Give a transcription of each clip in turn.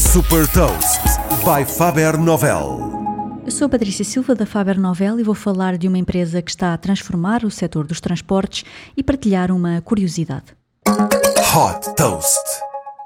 Super Toast by Faber Novel. Eu sou a Patrícia Silva da Faber Novel e vou falar de uma empresa que está a transformar o setor dos transportes e partilhar uma curiosidade. Hot Toast.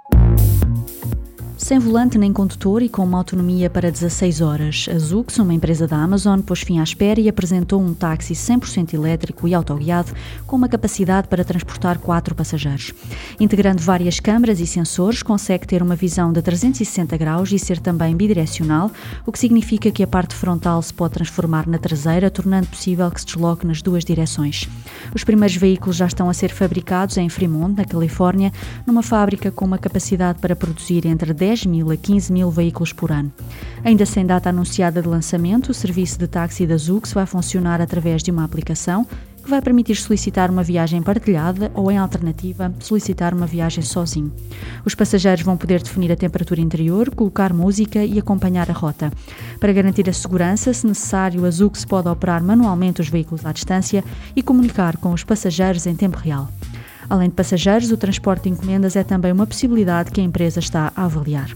Sem volante nem condutor e com uma autonomia para 16 horas, a Zoox, uma empresa da Amazon, pôs fim à espera e apresentou um táxi 100% elétrico e autoguiado com uma capacidade para transportar 4 passageiros. Integrando várias câmaras e sensores, consegue ter uma visão de 360 graus e ser também bidirecional, o que significa que a parte frontal se pode transformar na traseira, tornando possível que se desloque nas duas direções. Os primeiros veículos já estão a ser fabricados em Fremont, na Califórnia, numa fábrica com uma capacidade para produzir entre 10 mil a 15 mil veículos por ano. Ainda sem data anunciada de lançamento, o serviço de táxi da Zoox vai funcionar através de uma aplicação que vai permitir solicitar uma viagem partilhada ou, em alternativa, solicitar uma viagem sozinho. Os passageiros vão poder definir a temperatura interior, colocar música e acompanhar a rota. Para garantir a segurança, se necessário, a Zoox pode operar manualmente os veículos à distância e comunicar com os passageiros em tempo real. Além de passageiros, o transporte de encomendas é também uma possibilidade que a empresa está a avaliar.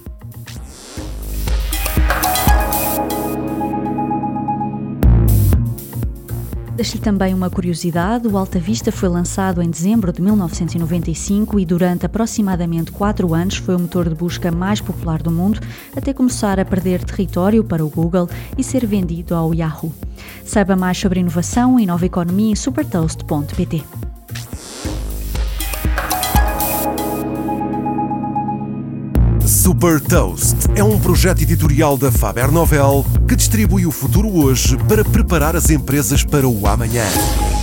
Deixo-lhe também uma curiosidade: o Alta Vista foi lançado em dezembro de 1995 e durante aproximadamente 4 anos foi o motor de busca mais popular do mundo, até começar a perder território para o Google e ser vendido ao Yahoo. Saiba mais sobre inovação e nova economia em supertoast.pt. Super Toast é um projeto editorial da Faber Novel que distribui o futuro hoje para preparar as empresas para o amanhã.